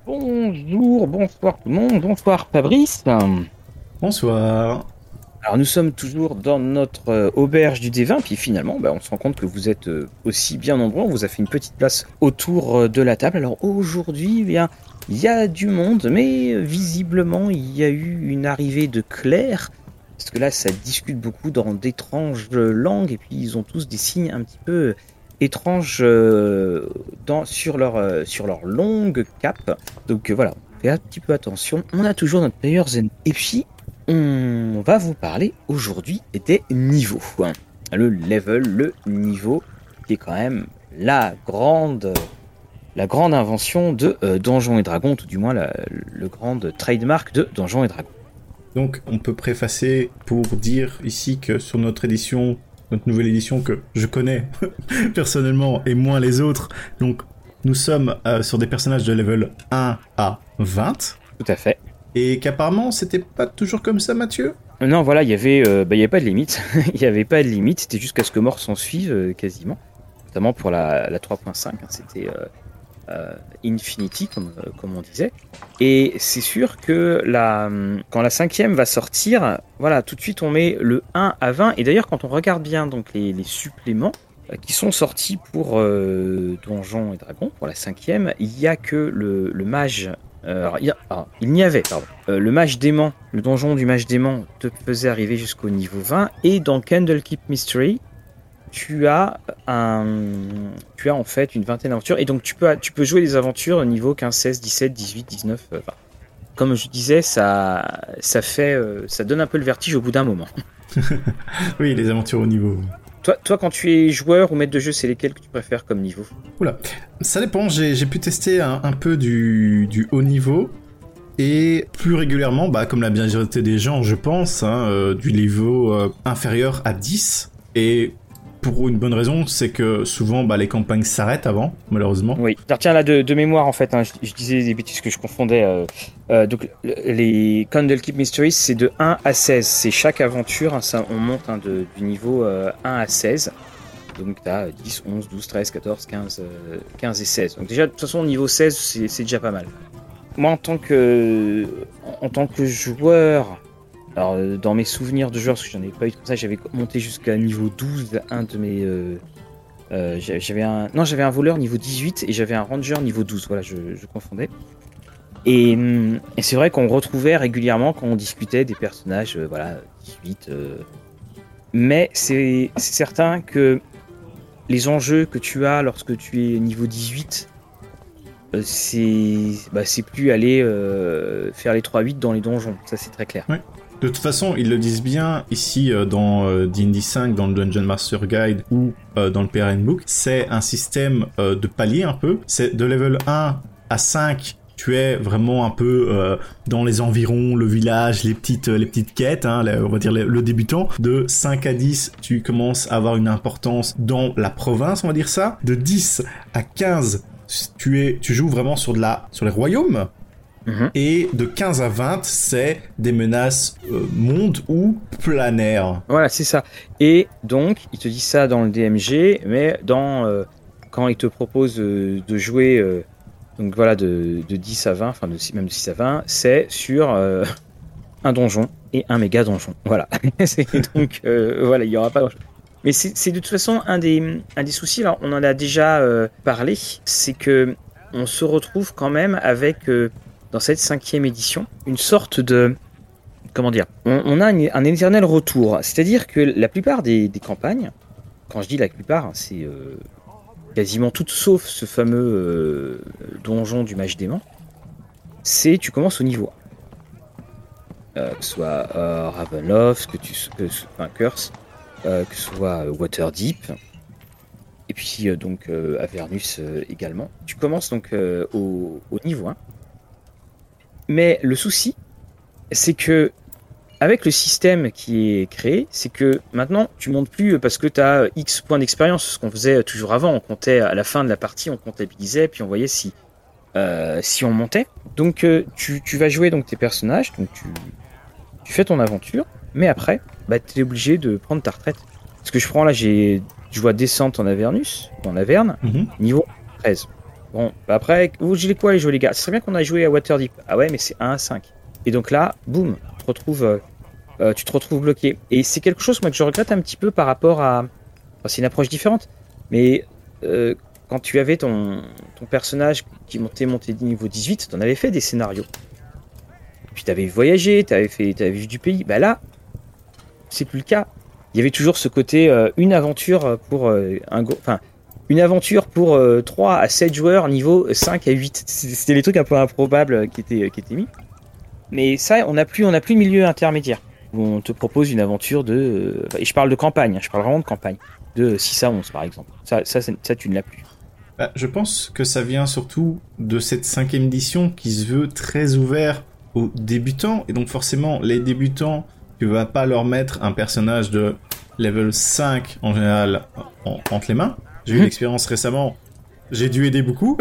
Bonjour, bonsoir tout le monde, bonsoir Fabrice. Bonsoir. Alors nous sommes toujours dans notre auberge du D20, puis finalement on se rend compte que vous êtes aussi bien nombreux, on vous a fait une petite place autour de la table. Alors aujourd'hui, il y a du monde, mais visiblement il y a eu une arrivée de clercs, parce que là ça discute beaucoup dans d'étranges langues, et puis ils ont tous des signes un petit peu étranges sur leur longue cape. Donc voilà, faites un petit peu attention. On a toujours notre player zen. Et puis, on va vous parler aujourd'hui des niveaux. Le level, le niveau, qui est quand même la grande invention de Donjons et Dragons, tout du moins le grande trademark de Donjons et Dragons. Donc, on peut préfacer pour dire ici que sur notre édition, notre nouvelle édition que je connais personnellement et moins les autres, donc nous sommes sur des personnages de level 1 à 20. Tout à fait. Et qu'apparemment, c'était pas toujours comme ça, Mathieu ? Non, voilà, il y avait pas de limite. Il n'y avait pas de limite, c'était jusqu'à ce que mort s'en suive, quasiment. Notamment pour la 3.5, c'était Infinity, comme on disait. Et c'est sûr que quand la 5e va sortir, voilà, tout de suite on met le 1 à 20. Et d'ailleurs, quand on regarde bien donc les suppléments qui sont sortis pour Donjons et Dragons, pour la 5e, il n'y a que le mage. Il n'y avait, le mage dément, le donjon du mage dément te faisait arriver jusqu'au niveau 20, et dans Candlekeep Mystery, tu as en fait une vingtaine d'aventures, et donc tu peux jouer des aventures au niveau 15, 16, 17, 18, 19, 20. Comme je disais, ça donne un peu le vertige au bout d'un moment. Oui, les aventures au niveau. Toi, quand tu es joueur ou maître de jeu, c'est lesquels que tu préfères comme niveau ? Oula, ça dépend, j'ai pu tester un peu du haut niveau, et plus régulièrement, comme la majorité des gens, je pense, du niveau inférieur à 10, et pour une bonne raison, c'est que souvent les campagnes s'arrêtent avant, malheureusement. Oui, je retiens là de mémoire en fait, je disais des bêtises que je confondais. Donc les Candlekeep Mysteries, c'est de 1 à 16, c'est chaque aventure, on monte du niveau 1 à 16. Donc tu as 10, 11, 12, 13, 14, 15 et 16. Donc déjà, de toute façon, au niveau 16, c'est déjà pas mal. Moi, en tant que joueur, alors dans mes souvenirs de joueur, parce que j'en ai pas eu comme ça, j'avais monté jusqu'à niveau 12, un de mes... j'avais un voleur niveau 18 et j'avais un ranger niveau 12, voilà, je confondais. Et c'est vrai qu'on retrouvait régulièrement quand on discutait des personnages, 18. Mais c'est certain que les enjeux que tu as lorsque tu es niveau 18, c'est plus aller faire les 3-8 dans les donjons, ça c'est très clair. Ouais. De toute façon, ils le disent bien ici dans D&D 5, dans le Dungeon Master Guide ou dans le PRN Book, c'est un système de palier un peu. C'est de level 1 à 5, tu es vraiment un peu dans les environs, le village, les petites quêtes, on va dire le débutant. De 5 à 10, tu commences à avoir une importance dans la province, on va dire ça. De 10 à 15, tu joues vraiment sur les royaumes. Et de 15 à 20, c'est des menaces monde ou planaires. Voilà, c'est ça. Et donc, il te dit ça dans le DMG, mais quand il te propose de jouer donc voilà, de 10 à 20, enfin même de 6 à 20, c'est sur un donjon et un méga donjon. Voilà. Donc, voilà, il n'y aura pas grand-chose. Mais c'est de toute façon un des soucis, alors on en a déjà parlé, c'est que on se retrouve quand même avec... dans cette 5e édition, une sorte de... Comment dire ? On a un éternel retour. C'est-à-dire que la plupart des campagnes, quand je dis la plupart, c'est quasiment toutes sauf ce fameux donjon du mage dément, c'est tu commences au niveau 1. Que ce soit Ravenloft, Curse, que ce soit Waterdeep, et puis donc Avernus également. Tu commences donc au niveau 1. Mais le souci, c'est que avec le système qui est créé, c'est que maintenant tu montes plus parce que tu as X points d'expérience, ce qu'on faisait toujours avant, on comptait à la fin de la partie, on comptabilisait, puis on voyait si on montait. Donc tu vas jouer donc tes personnages, donc tu fais ton aventure, mais après, tu es obligé de prendre ta retraite. Ce que je prends là, je vois descente en Avernus, en Averne, niveau 13. Bon, bah après, vous jouez quoi les jeux les gars? Ce serait bien qu'on aille jouer à Waterdeep. Ah ouais, mais c'est 1 à 5. Et donc là, boum, tu te retrouves bloqué. Et c'est quelque chose moi que je regrette un petit peu par rapport à... Enfin, c'est une approche différente. Mais quand tu avais ton personnage qui montait niveau 18, t'en avais fait des scénarios. Puis t'avais voyagé, t'avais vu du pays. Bah là, c'est plus le cas. Il y avait toujours ce côté une aventure pour une aventure pour 3 à 7 joueurs niveau 5 à 8. C'était les trucs un peu improbables qui étaient mis. Mais ça, on n'a plus de milieu intermédiaire où on te propose une aventure de et je parle de campagne, je parle vraiment de campagne de 6 à 11 par exemple. Ça tu ne l'as plus. Bah, je pense que ça vient surtout de cette 5e édition qui se veut très ouvert aux débutants et donc forcément les débutants, tu vas pas leur mettre un personnage de level 5 en général entre les mains. J'ai eu l'expérience récemment, j'ai dû aider beaucoup.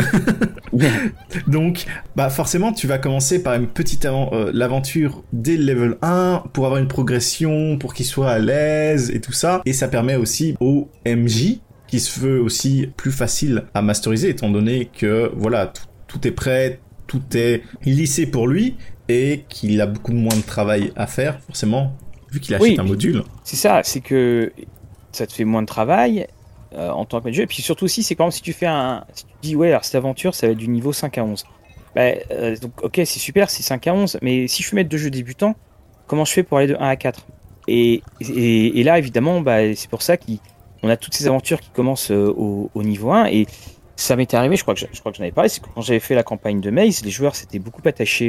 Donc, bah forcément, tu vas commencer par une petite l'aventure dès le level 1 pour avoir une progression, pour qu'il soit à l'aise et tout ça. Et ça permet aussi au MJ qui se veut aussi plus facile à masteriser étant donné que voilà, tout est prêt, tout est lissé pour lui et qu'il a beaucoup moins de travail à faire forcément vu qu'il achète un module. C'est ça, c'est que ça te fait moins de travail. En tant que maître de jeu, et puis surtout aussi c'est quand même si tu dis ouais alors cette aventure ça va être du niveau 5 à 11 donc ok c'est super c'est 5 à 11 mais si je suis maître de jeu débutant comment je fais pour aller de 1 à 4 et là évidemment c'est pour ça qu'on a toutes ces aventures qui commencent au niveau 1 et ça m'était arrivé je crois que j'en avais parlé c'est que quand j'avais fait la campagne de Maze les joueurs s'étaient beaucoup attachés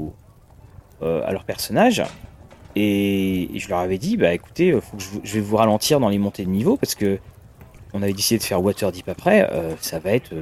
à leur personnage et je leur avais dit écoutez faut que je vais vous ralentir dans les montées de niveau parce que on avait décidé de faire Waterdeep après, ça va être...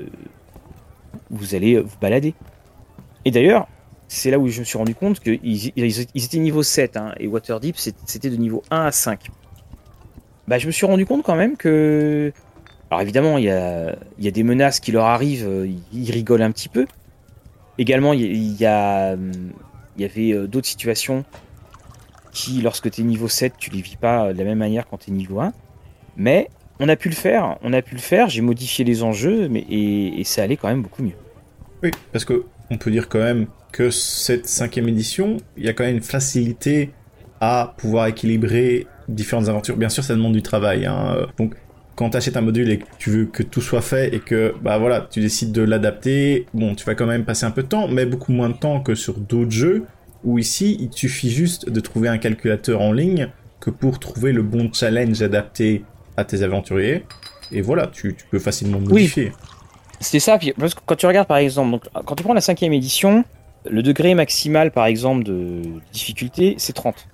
vous allez vous balader. Et d'ailleurs, c'est là où je me suis rendu compte qu'ils étaient niveau 7, hein, et Waterdeep, c'était de niveau 1 à 5. Je me suis rendu compte quand même que... Alors évidemment, il y a des menaces qui leur arrivent, ils rigolent un petit peu. Également, il y avait d'autres situations qui, lorsque tu es niveau 7, tu les vis pas de la même manière quand tu es niveau 1. Mais... On a pu le faire, j'ai modifié les enjeux, et ça allait quand même beaucoup mieux. Oui, parce que on peut dire quand même que cette 5e édition, il y a quand même une facilité à pouvoir équilibrer différentes aventures. Bien sûr, ça demande du travail, hein. Donc, quand tu achètes un module et que tu veux que tout soit fait et que, voilà, tu décides de l'adapter, bon, tu vas quand même passer un peu de temps, mais beaucoup moins de temps que sur d'autres jeux, où ici, il te suffit juste de trouver un calculateur en ligne que pour trouver le bon challenge adapté à tes aventuriers, et voilà, tu peux facilement modifier. Oui, c'était ça, puis, parce que quand tu regardes par exemple, donc, quand tu prends la 5e édition, le degré maximal par exemple de difficulté, c'est 30.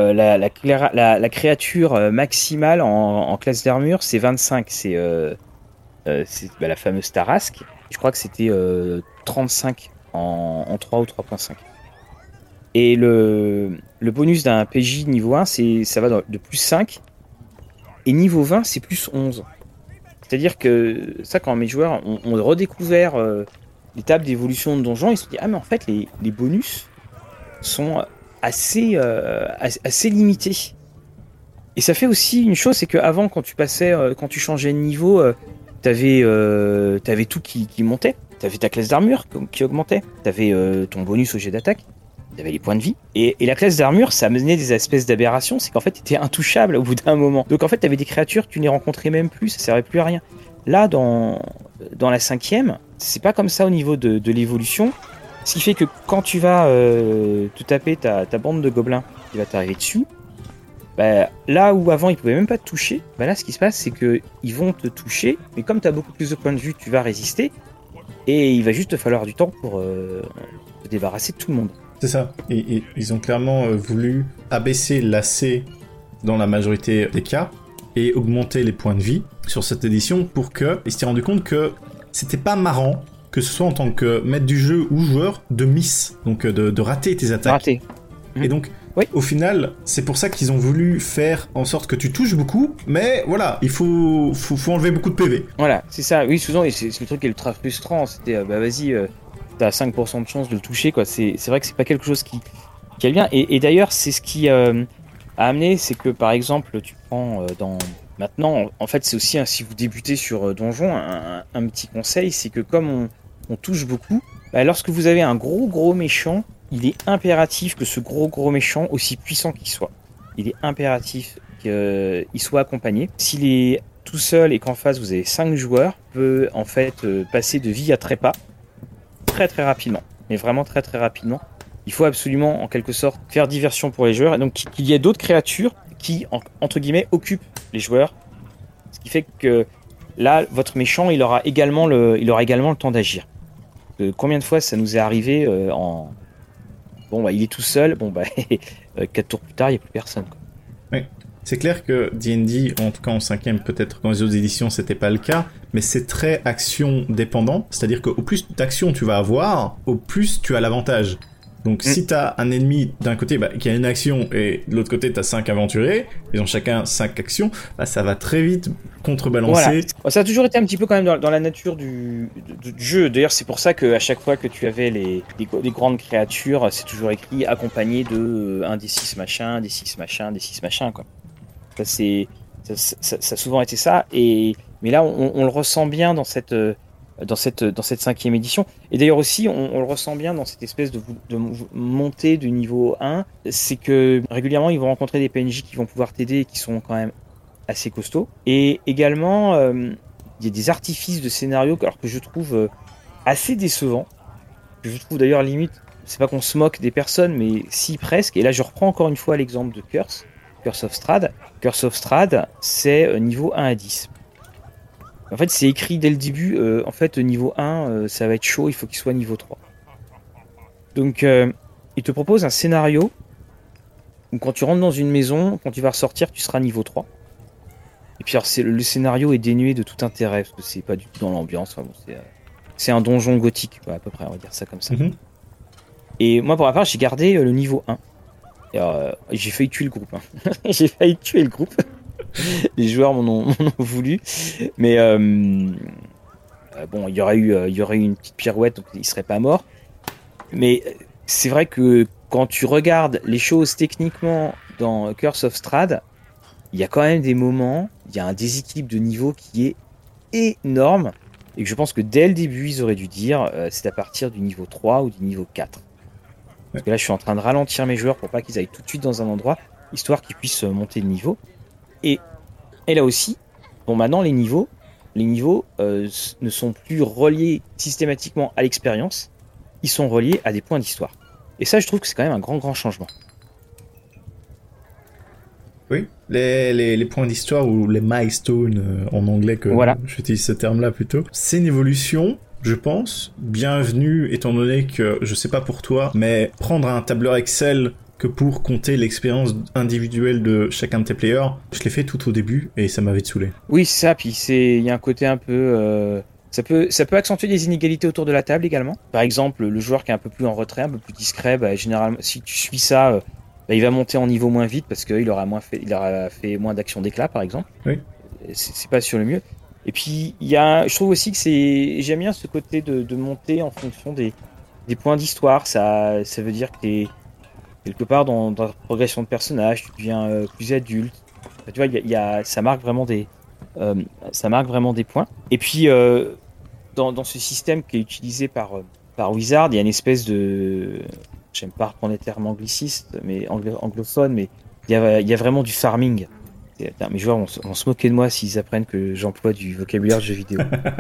La créature maximale en classe d'armure, c'est 25, c'est la fameuse Tarrasque, je crois que c'était 35 en 3 ou 3.5. Et le bonus d'un PJ niveau 1, ça va de plus 5, et niveau 20, c'est plus 11. C'est-à-dire que ça, quand mes joueurs ont redécouvert les tables d'évolution de donjons, ils se sont dit, mais en fait, les bonus sont assez limités. Et ça fait aussi une chose, c'est qu'avant, quand tu changeais de niveau, t'avais tout qui montait. T'avais ta classe d'armure qui augmentait. T'avais ton bonus au jet d'attaque. T'avais les points de vie. Et la classe d'armure, ça amenait des espèces d'aberrations. C'est qu'en fait, t'étais intouchable au bout d'un moment. Donc en fait, t'avais des créatures, tu ne les rencontrais même plus. Ça servait plus à rien. Là, dans la 5e, c'est pas comme ça au niveau de l'évolution. Ce qui fait que quand tu vas te taper ta bande de gobelins qui va t'arriver dessus, là où avant ils pouvaient même pas te toucher, là ce qui se passe c'est que ils vont te toucher, mais comme tu as beaucoup plus de points de vue, tu vas résister et il va juste te falloir du temps pour te débarrasser de tout le monde. C'est ça, et ils ont clairement voulu abaisser l'AC dans la majorité des cas et augmenter les points de vie sur cette édition pour que ils s'étaient rendu compte que c'était pas marrant que ce soit en tant que maître du jeu ou joueur de miss, donc de rater tes attaques. Et donc oui. Au final, c'est pour ça qu'ils ont voulu faire en sorte que tu touches beaucoup, mais voilà, il faut enlever beaucoup de PV. Voilà, c'est ça, oui, souvent, et c'est le truc qui est ultra frustrant, c'était, vas-y, t'as 5% de chance de le toucher, quoi, c'est vrai que c'est pas quelque chose qui est bien, et d'ailleurs, c'est ce qui a amené, c'est que, par exemple, tu prends Maintenant, en fait, c'est aussi, si vous débutez sur Donjon, un petit conseil, c'est que comme on touche beaucoup, lorsque vous avez un gros méchant, il est impératif que ce gros méchant, aussi puissant qu'il soit, il est impératif qu'il soit accompagné. S'il est tout seul et qu'en face vous avez 5 joueurs, il peut en fait passer de vie à trépas très rapidement, mais vraiment très rapidement. Il faut absolument, en quelque sorte, faire diversion pour les joueurs, et donc qu'il y ait d'autres créatures qui, entre guillemets, occupent les joueurs. Ce qui fait que là, votre méchant, il aura également le temps d'agir. Combien de fois ça nous est arrivé il est tout seul, 4 tours plus tard, il n'y a plus personne, quoi. Oui. C'est clair que D&D, en tout cas en 5e, peut-être dans les autres éditions, c'était pas le cas, mais c'est très action dépendant. C'est-à-dire qu'au plus d'actions tu vas avoir, au plus tu as l'avantage. Donc si t'as un ennemi d'un côté qui a une action et de l'autre côté t'as 5 aventuriers, ils ont chacun 5 actions, ça va très vite contrebalancer. Voilà. Ça a toujours été un petit peu quand même dans la nature du jeu. D'ailleurs c'est pour ça qu'à chaque fois que tu avais les grandes créatures, c'est toujours écrit accompagné de un des 6 machin, des 6 machin, des 6 machin, quoi. Ça a souvent été ça, mais là on le ressent bien dans cette 5e édition. Et d'ailleurs aussi, on le ressent bien dans cette espèce de montée de niveau 1, c'est que régulièrement, ils vont rencontrer des PNJ qui vont pouvoir t'aider et qui sont quand même assez costauds. Et également, il y a des artifices de scénario alors que je trouve assez décevants. Je trouve d'ailleurs limite, c'est pas qu'on se moque des personnes, mais si presque. Et là, je reprends encore une fois l'exemple de Curse of Strahd. Curse of Strahd, c'est niveau 1 à 10. En fait, c'est écrit dès le début, niveau 1, ça va être chaud, il faut qu'il soit niveau 3. Donc, il te propose un scénario où quand tu rentres dans une maison, quand tu vas ressortir, tu seras niveau 3. Et puis, alors, le scénario est dénué de tout intérêt, parce que c'est pas du tout dans l'ambiance. C'est un donjon gothique, à peu près, on va dire ça comme ça. Mm-hmm. Et moi, pour ma part, j'ai gardé le niveau 1. Et j'ai failli tuer le groupe. J'ai failli tuer le groupe. Les joueurs m'en ont voulu, mais il y aurait eu une petite pirouette, donc il serait pas mort. Mais c'est vrai que quand tu regardes les choses techniquement dans Curse of Strahd, il y a quand même des moments, il y a un déséquilibre de niveau qui est énorme, et que je pense que dès le début ils auraient dû dire c'est à partir du niveau 3 ou du niveau 4. Parce que là je suis en train de ralentir mes joueurs pour pas qu'ils aillent tout de suite dans un endroit, histoire qu'ils puissent monter de niveau. Et là aussi, maintenant les niveaux ne sont plus reliés systématiquement à l'expérience, ils sont reliés à des points d'histoire. Et ça, je trouve que c'est quand même un grand changement. Oui, les points d'histoire ou les milestones en anglais, que j'utilise ce terme-là plutôt, c'est une évolution, je pense, bienvenue, étant donné que, je sais pas pour toi, mais prendre un tableur Excel que pour compter l'expérience individuelle de chacun de tes players, je l'ai fait tout au début et ça m'avait saoulé. Oui, c'est ça, puis il y a un côté un peu... Ça peut accentuer des inégalités autour de la table également. Par exemple, le joueur qui est un peu plus en retrait, un peu plus discret, généralement, si tu suis ça, il va monter en niveau moins vite parce qu'il aura fait moins d'actions d'éclat, par exemple. Oui. C'est pas sur le mieux. Et puis, je trouve aussi que j'aime bien ce côté de monter en fonction des points d'histoire. Ça veut dire que t'es quelque part dans ta progression de personnage, tu deviens plus adulte. Tu vois, ça marque vraiment des points. Et puis dans ce système qui est utilisé par Wizard, il y a une espèce de, j'aime pas reprendre les termes anglicistes, mais anglophones, mais il y a vraiment du farming. Mes joueurs vont se moquer de moi s'ils apprennent que j'emploie du vocabulaire de jeux vidéo.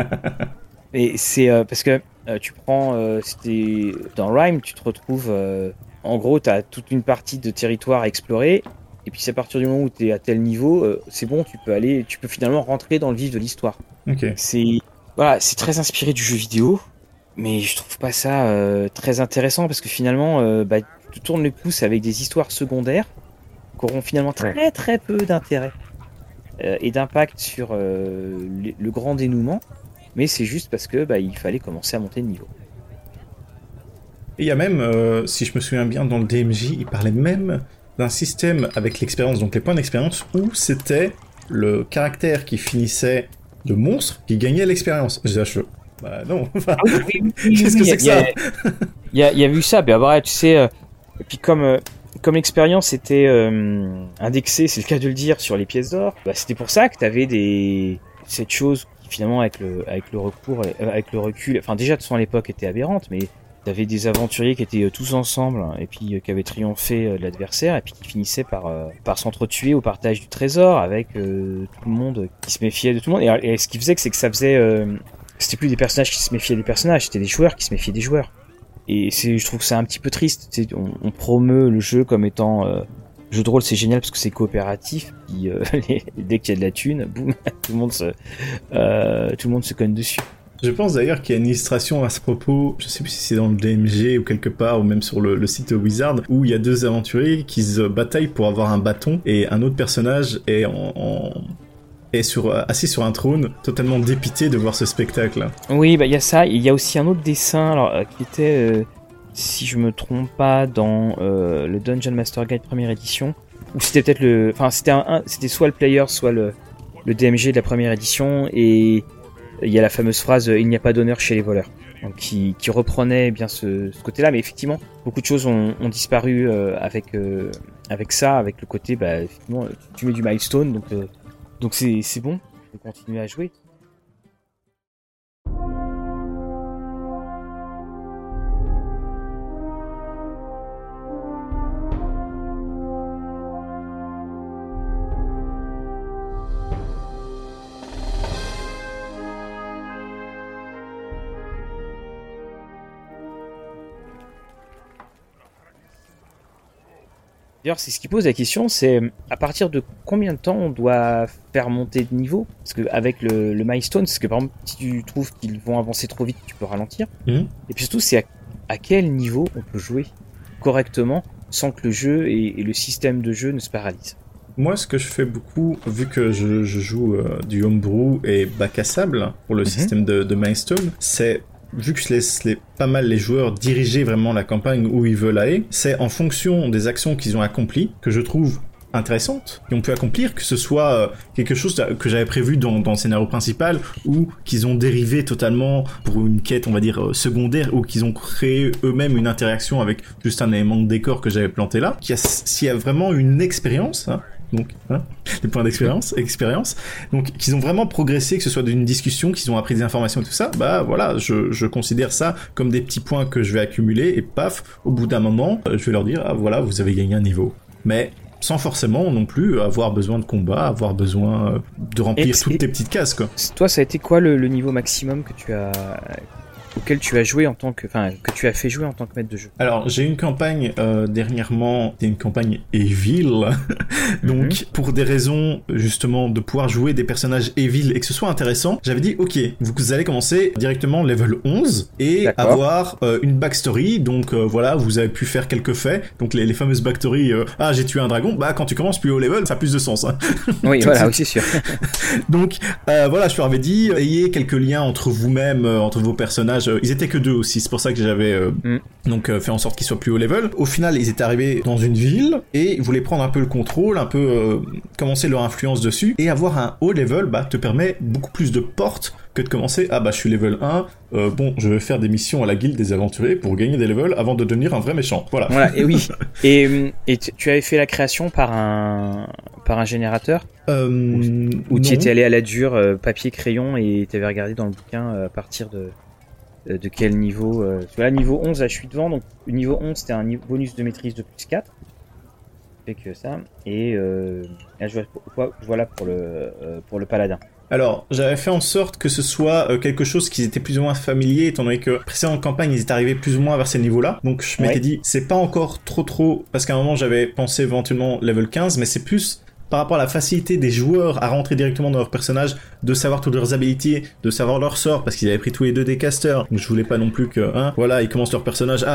Et c'est parce que tu prends dans Rime, tu te retrouves en gros, tu as toute une partie de territoire à explorer, et puis c'est à partir du moment où tu es à tel niveau, c'est bon, tu peux finalement rentrer dans le vif de l'histoire. Okay. C'est très inspiré du jeu vidéo, mais je trouve pas ça très intéressant, parce que finalement, tu tournes le pouce avec des histoires secondaires qui auront finalement très très peu d'intérêt et d'impact sur le grand dénouement, mais c'est juste parce que il fallait commencer à monter de niveau. Et il y a même, si je me souviens bien, dans le DMJ, il parlait même d'un système avec l'expérience, donc les points d'expérience, où c'était le caractère qui finissait de monstre qui gagnait l'expérience. Je disais, non, qu'est-ce que c'est que ça? Il y a vu ça, tu sais, et puis comme comme l'expérience était indexée, c'est le cas de le dire, sur les pièces d'or, bah, c'était pour ça que t'avais cette chose qui finalement avec le recours, avec le recul, enfin déjà de toute façon à l'époque était aberrante, mais t'avais des aventuriers qui étaient tous ensemble et puis qui avaient triomphé de l'adversaire et puis qui finissaient par s'entretuer au partage du trésor avec tout le monde qui se méfiait de tout le monde. Et ce qui faisait, c'est que ça faisait, c'était plus des personnages qui se méfiaient des personnages, c'était des joueurs qui se méfiaient des joueurs. Et je trouve que c'est un petit peu triste. Tu sais, on promeut le jeu comme étant jeu de rôle, c'est génial parce que c'est coopératif. Puis dès qu'il y a de la thune, boum, tout le monde se cogne dessus. Je pense d'ailleurs qu'il y a une illustration à ce propos, je sais plus si c'est dans le DMG ou quelque part, ou même sur le site Wizard, où il y a deux aventuriers qui se bataillent pour avoir un bâton, et un autre personnage est assis sur un trône, totalement dépité de voir ce spectacle. Oui, bah il y a ça, il y a aussi un autre dessin, alors qui était, si je me trompe pas, dans le Dungeon Master Guide première édition, où c'était peut-être c'était soit le player, soit le DMG de la première édition, et il y a la fameuse phrase il n'y a pas d'honneur chez les voleurs, donc qui reprenait bien ce côté-là, mais effectivement beaucoup de choses ont disparu avec ça, avec le côté bah effectivement tu mets du milestone, donc c'est bon de continuer à jouer. D'ailleurs, c'est ce qui pose la question, c'est à partir de combien de temps on doit faire monter de niveau ? Parce qu'avec le milestone, c'est que par exemple, si tu trouves qu'ils vont avancer trop vite, tu peux ralentir. Et puis surtout, c'est à quel niveau on peut jouer correctement sans que le jeu et le système de jeu ne se paralysent. Moi, ce que je fais beaucoup, vu que je joue du homebrew et bac à sable pour le système de milestone, c'est... Vu que je laisse pas mal les joueurs diriger vraiment la campagne où ils veulent aller, c'est en fonction des actions qu'ils ont accomplies que je trouve intéressantes, qu'on peut accomplir, que ce soit quelque chose que j'avais prévu dans le scénario principal ou qu'ils ont dérivé totalement pour une quête, on va dire, secondaire, ou qu'ils ont créé eux-mêmes une interaction avec juste un élément de décor que j'avais planté là. S'il y a vraiment une expérience... Donc, les points expérience, donc qu'ils ont vraiment progressé, que ce soit d'une discussion, qu'ils ont appris des informations et tout ça, bah voilà, je considère ça comme des petits points que je vais accumuler, et paf, au bout d'un moment, je vais leur dire, ah voilà, vous avez gagné un niveau. Mais sans forcément non plus avoir besoin de combat, avoir besoin de remplir toutes tes petites cases, quoi. Toi, ça a été quoi le niveau maximum auquel tu as joué que tu as fait jouer en tant que maître de jeu? Alors, j'ai une campagne dernièrement, c'était une campagne Evil, donc pour des raisons justement de pouvoir jouer des personnages Evil et que ce soit intéressant, j'avais dit ok, vous allez commencer directement level 11 et avoir une backstory, donc voilà, vous avez pu faire quelques faits, donc les fameuses backstories, j'ai tué un dragon, bah quand tu commences plus haut level, ça a plus de sens. Hein. Oui, voilà, oui, c'est sûr. Donc voilà, je leur avais dit, ayez quelques liens entre vous-même, entre vos personnages. Ils étaient que deux aussi, c'est pour ça que j'avais donc fait en sorte qu'ils soient plus haut level. Au final, ils étaient arrivés dans une ville et ils voulaient prendre un peu le contrôle, un peu commencer leur influence dessus, et avoir un haut level te permet beaucoup plus de portes que de commencer je suis level 1, je vais faire des missions à la guilde des aventuriers pour gagner des levels avant de devenir un vrai méchant. Voilà, et oui. Et tu avais fait la création par un générateur ou tu étais allé à la dure, papier, crayon, et tu avais regardé dans le bouquin à partir de quel niveau là, niveau 11, là je suis devant, donc le niveau 11 c'était un bonus de maîtrise de plus 4, fait que ça, et là je vois là pour le paladin. Alors, j'avais fait en sorte que ce soit quelque chose qui était plus ou moins familier, étant donné que précédente campagne, ils étaient arrivés plus ou moins vers ces niveaux-là. Donc, je m'étais dit, c'est pas encore trop, parce qu'à un moment, j'avais pensé éventuellement level 15, mais c'est plus par rapport à la facilité des joueurs à rentrer directement dans leur personnage, de savoir toutes leurs habilités, de savoir leurs sorts, parce qu'ils avaient pris tous les deux des casters. Donc je voulais pas non plus que, ils commencent leur personnage,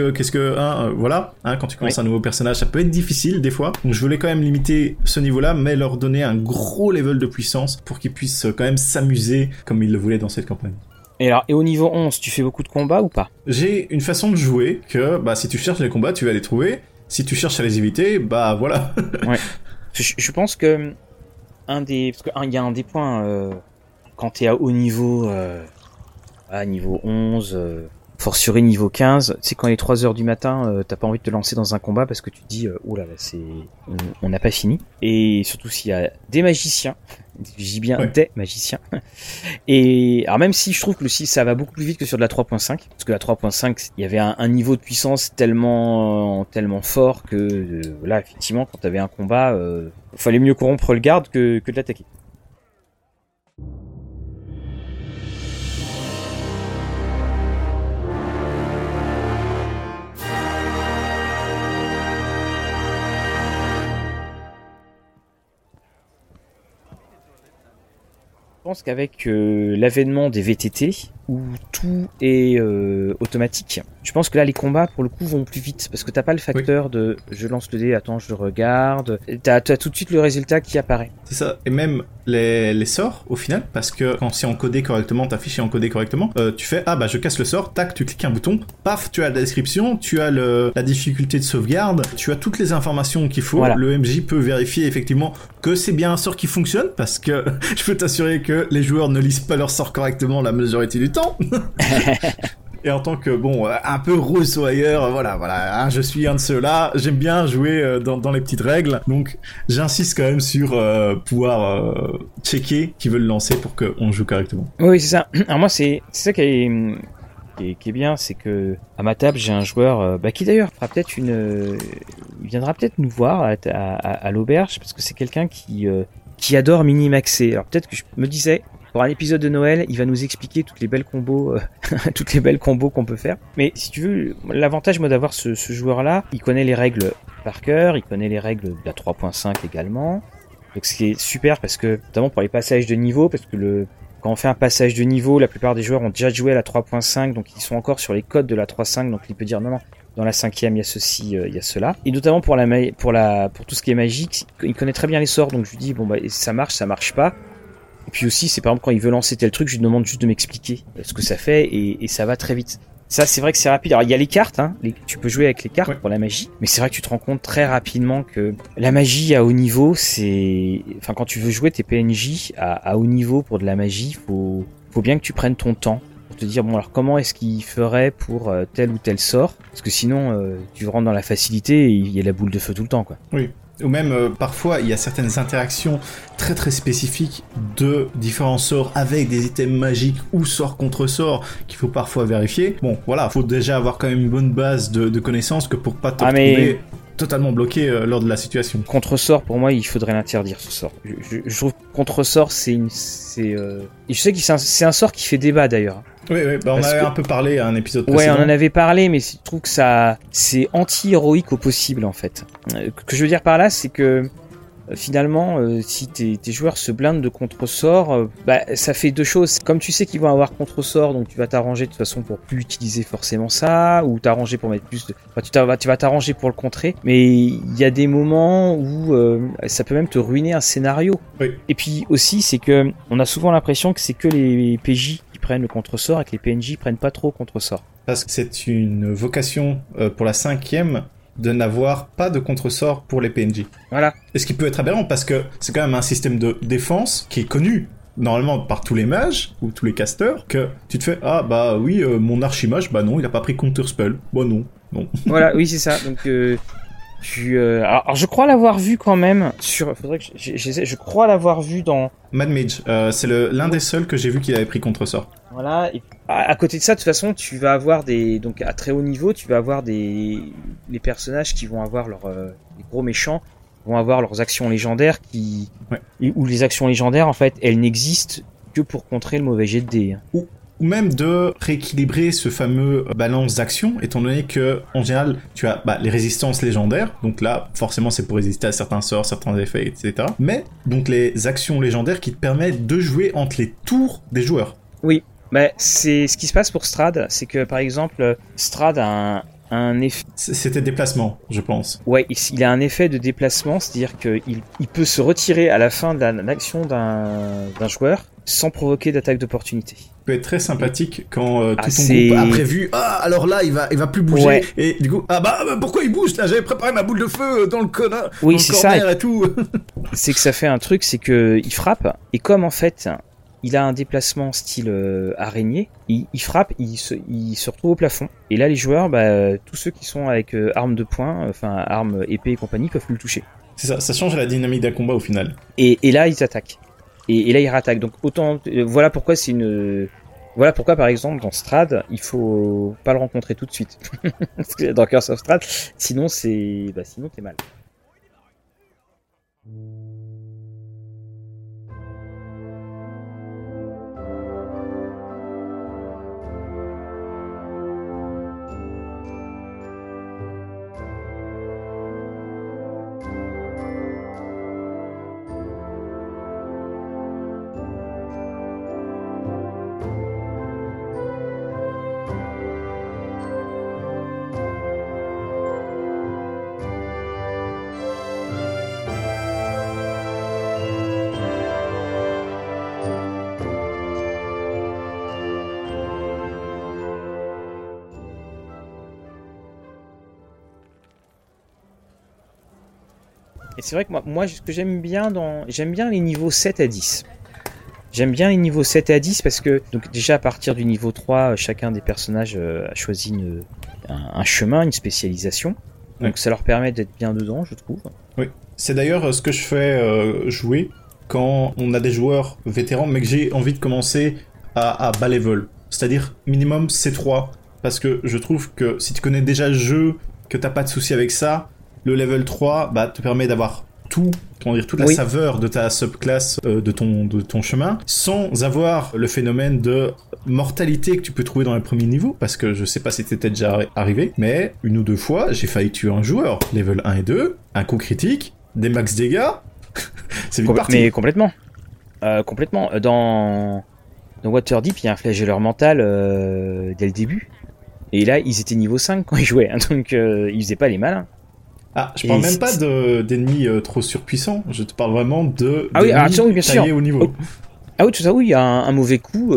quand tu commences un nouveau personnage, ça peut être difficile des fois. Donc je voulais quand même limiter ce niveau-là, mais leur donner un gros level de puissance pour qu'ils puissent quand même s'amuser comme ils le voulaient dans cette campagne. Et au niveau 11, tu fais beaucoup de combats ou pas ? J'ai une façon de jouer que, si tu cherches les combats, tu vas les trouver. Si tu cherches à les éviter, voilà. Ouais. Je pense que il y a un des points quand t'es à haut niveau, à niveau 11, fortiori niveau 15, tu sais quand il est 3 heures du matin, t'as pas envie de te lancer dans un combat parce que tu te dis oh là là, on n'a pas fini. Et surtout s'il y a des magiciens, je dis bien des magiciens. Et alors même si je trouve que ça va beaucoup plus vite que sur de la 3.5, parce que la 3.5 il y avait un niveau de puissance tellement fort que là effectivement quand t'avais un combat, fallait mieux corrompre le garde que de l'attaquer. Je pense qu'avec l'avènement des VTT, où tout est automatique, je pense que là les combats pour le coup vont plus vite, parce que t'as pas le facteur de je lance le dé, attends je le regarde, t'as tout de suite le résultat qui apparaît. C'est ça, et même les sorts au final, parce que quand c'est encodé correctement, ta fiche est encodée correctement, tu fais ah bah je casse le sort, tac, tu cliques un bouton, paf, tu as la description, tu as la difficulté de sauvegarde, tu as toutes les informations qu'il faut, voilà. Le MJ peut vérifier effectivement que c'est bien un sort qui fonctionne, parce que je peux t'assurer que les joueurs ne lisent pas leur sort correctement la majorité du temps. Et en tant que, un peu roussoyeur, voilà, hein, je suis un de ceux-là, j'aime bien jouer dans les petites règles, donc j'insiste quand même sur pouvoir checker qui veut le lancer pour qu'on joue correctement. Oui, c'est ça. Alors moi, c'est ça qui est bien, c'est que à ma table, j'ai un joueur qui d'ailleurs fera peut-être il viendra peut-être nous voir à l'auberge, parce que c'est quelqu'un qui adore minimaxer. Alors peut-être que je me disais, pour un épisode de Noël, il va nous expliquer toutes les belles combos qu'on peut faire. Mais si tu veux, l'avantage moi d'avoir ce joueur-là, il connaît les règles par cœur, il connaît les règles de la 3.5 également. Donc ce qui est super parce que, notamment pour les passages de niveau, parce que quand on fait un passage de niveau, la plupart des joueurs ont déjà joué à la 3.5, donc ils sont encore sur les codes de la 3.5, donc il peut dire non, dans la 5e, il y a ceci, il y a cela. Et notamment pour tout ce qui est magique, il connaît très bien les sorts, donc je lui dis, ça marche pas. Et puis aussi, c'est par exemple quand il veut lancer tel truc, je lui demande juste de m'expliquer ce que ça fait et ça va très vite. Ça, c'est vrai que c'est rapide. Alors, il y a les cartes, hein. Tu peux jouer avec les cartes pour la magie. Mais c'est vrai que tu te rends compte très rapidement que la magie à haut niveau, quand tu veux jouer tes PNJ à haut niveau pour de la magie, faut bien que tu prennes ton temps pour te dire, alors comment est-ce qu'il ferait pour tel ou tel sort? Parce que sinon, tu rentres dans la facilité et il y a la boule de feu tout le temps, quoi. Oui. Ou même, parfois, il y a certaines interactions très très spécifiques de différents sorts avec des items magiques ou sorts contre sorts qu'il faut parfois vérifier. Bon, voilà, faut déjà avoir quand même une bonne base de connaissances que pour pas te retrouver totalement bloqué lors de la situation. Contre-sort, pour moi, il faudrait l'interdire, ce sort. Je trouve que contre-sort, et je sais que c'est un sort qui fait débat, d'ailleurs. Oui, on avait un peu parlé à un épisode précédent. Ouais, on en avait parlé, mais je trouve que c'est anti-héroïque au possible, en fait. Ce que je veux dire par là, c'est que finalement, si tes joueurs se blindent de contre-sorts, ça fait deux choses. Comme tu sais qu'ils vont avoir contre-sorts, donc tu vas t'arranger de toute façon pour plus utiliser forcément ça, ou t'arranger pour mettre plus de... tu vas t'arranger pour le contrer, mais il y a des moments où ça peut même te ruiner un scénario. Oui. Et puis aussi, c'est que on a souvent l'impression que c'est que les PJ qui prennent le contre-sort et que les PNJ prennent pas trop contre-sort. Parce que c'est une vocation pour la 5e de n'avoir pas de contre-sort pour les PNJ. Voilà. Et ce qui peut être aberrant parce que c'est quand même un système de défense qui est connu normalement par tous les mages ou tous les casters, que tu te fais mon archimage, non, il a pas pris counter spell. Non. Voilà, oui, c'est ça. Donc alors je crois l'avoir vu quand même faudrait que je crois l'avoir vu dans Mad Mage. C'est l'un des seuls que j'ai vu qui avait pris contre-sort. Voilà. Et à côté de ça, de toute façon, tu vas avoir donc à très haut niveau, tu vas avoir les personnages qui vont avoir les gros méchants vont avoir leurs actions légendaires ou les actions légendaires en fait, elles n'existent que pour contrer le mauvais jet de dés. Ou même de rééquilibrer ce fameux balance d'action, étant donné que en général tu as les résistances légendaires, donc là forcément c'est pour résister à certains sorts, certains effets, etc. Mais donc les actions légendaires qui te permettent de jouer entre les tours des joueurs. Oui. C'est ce qui se passe pour Strahd, c'est que par exemple Strahd a un effet... C'était déplacement, je pense. Ouais, il a un effet de déplacement, c'est-à-dire qu'il peut se retirer à la fin de l'action d'un joueur sans provoquer d'attaque d'opportunité. Ça peut être très sympathique quand tout ton groupe a prévu alors là il va plus bouger, ouais. Et du coup pourquoi il bouge là, j'avais préparé ma boule de feu dans le corner, oui, dans c'est le corner ça. Et tout. C'est que ça fait un truc, c'est que il frappe et comme en fait il a un déplacement style araignée, il frappe, il se retrouve au plafond. Et là, les joueurs, tous ceux qui sont avec armes de poing, enfin armes épée et compagnie, peuvent plus le toucher. C'est ça, ça change la dynamique d'un combat au final. Et là, ils attaquent. Et là, ils rattaquent. Donc autant, voilà pourquoi voilà pourquoi, par exemple, dans Strad, il faut pas le rencontrer tout de suite. Dans Curse of Strahd, sinon t'es mal. Et c'est vrai que moi ce que j'aime bien les niveaux 7 à 10. J'aime bien les niveaux 7 à 10 parce que, donc déjà à partir du niveau 3, chacun des personnages a choisi un chemin, une spécialisation. Donc ça leur permet d'être bien dedans, je trouve. Oui, c'est d'ailleurs ce que je fais jouer quand on a des joueurs vétérans, mais que j'ai envie de commencer à bas level. C'est-à-dire minimum C3. Parce que je trouve que si tu connais déjà le jeu, que t'as pas de souci avec ça, le level 3 te permet d'avoir toute la saveur de ta subclasse de ton chemin, sans avoir le phénomène de mortalité que tu peux trouver dans les premiers niveaux, parce que je sais pas si c'était déjà arrivé, mais une ou deux fois, j'ai failli tuer un joueur, level 1 et 2, un coup critique, des max dégâts, c'est vite parti. Mais complètement. Complètement. Dans Waterdeep, il y a un flagelleur mental dès le début, et là, ils étaient niveau 5 quand ils jouaient, hein, donc ils faisaient pas les malins. Ah, je parle même pas d'ennemis trop surpuissants, je te parle vraiment de bien taillés sûr. au niveau. Ah oui, tout ça, oui, un mauvais coup,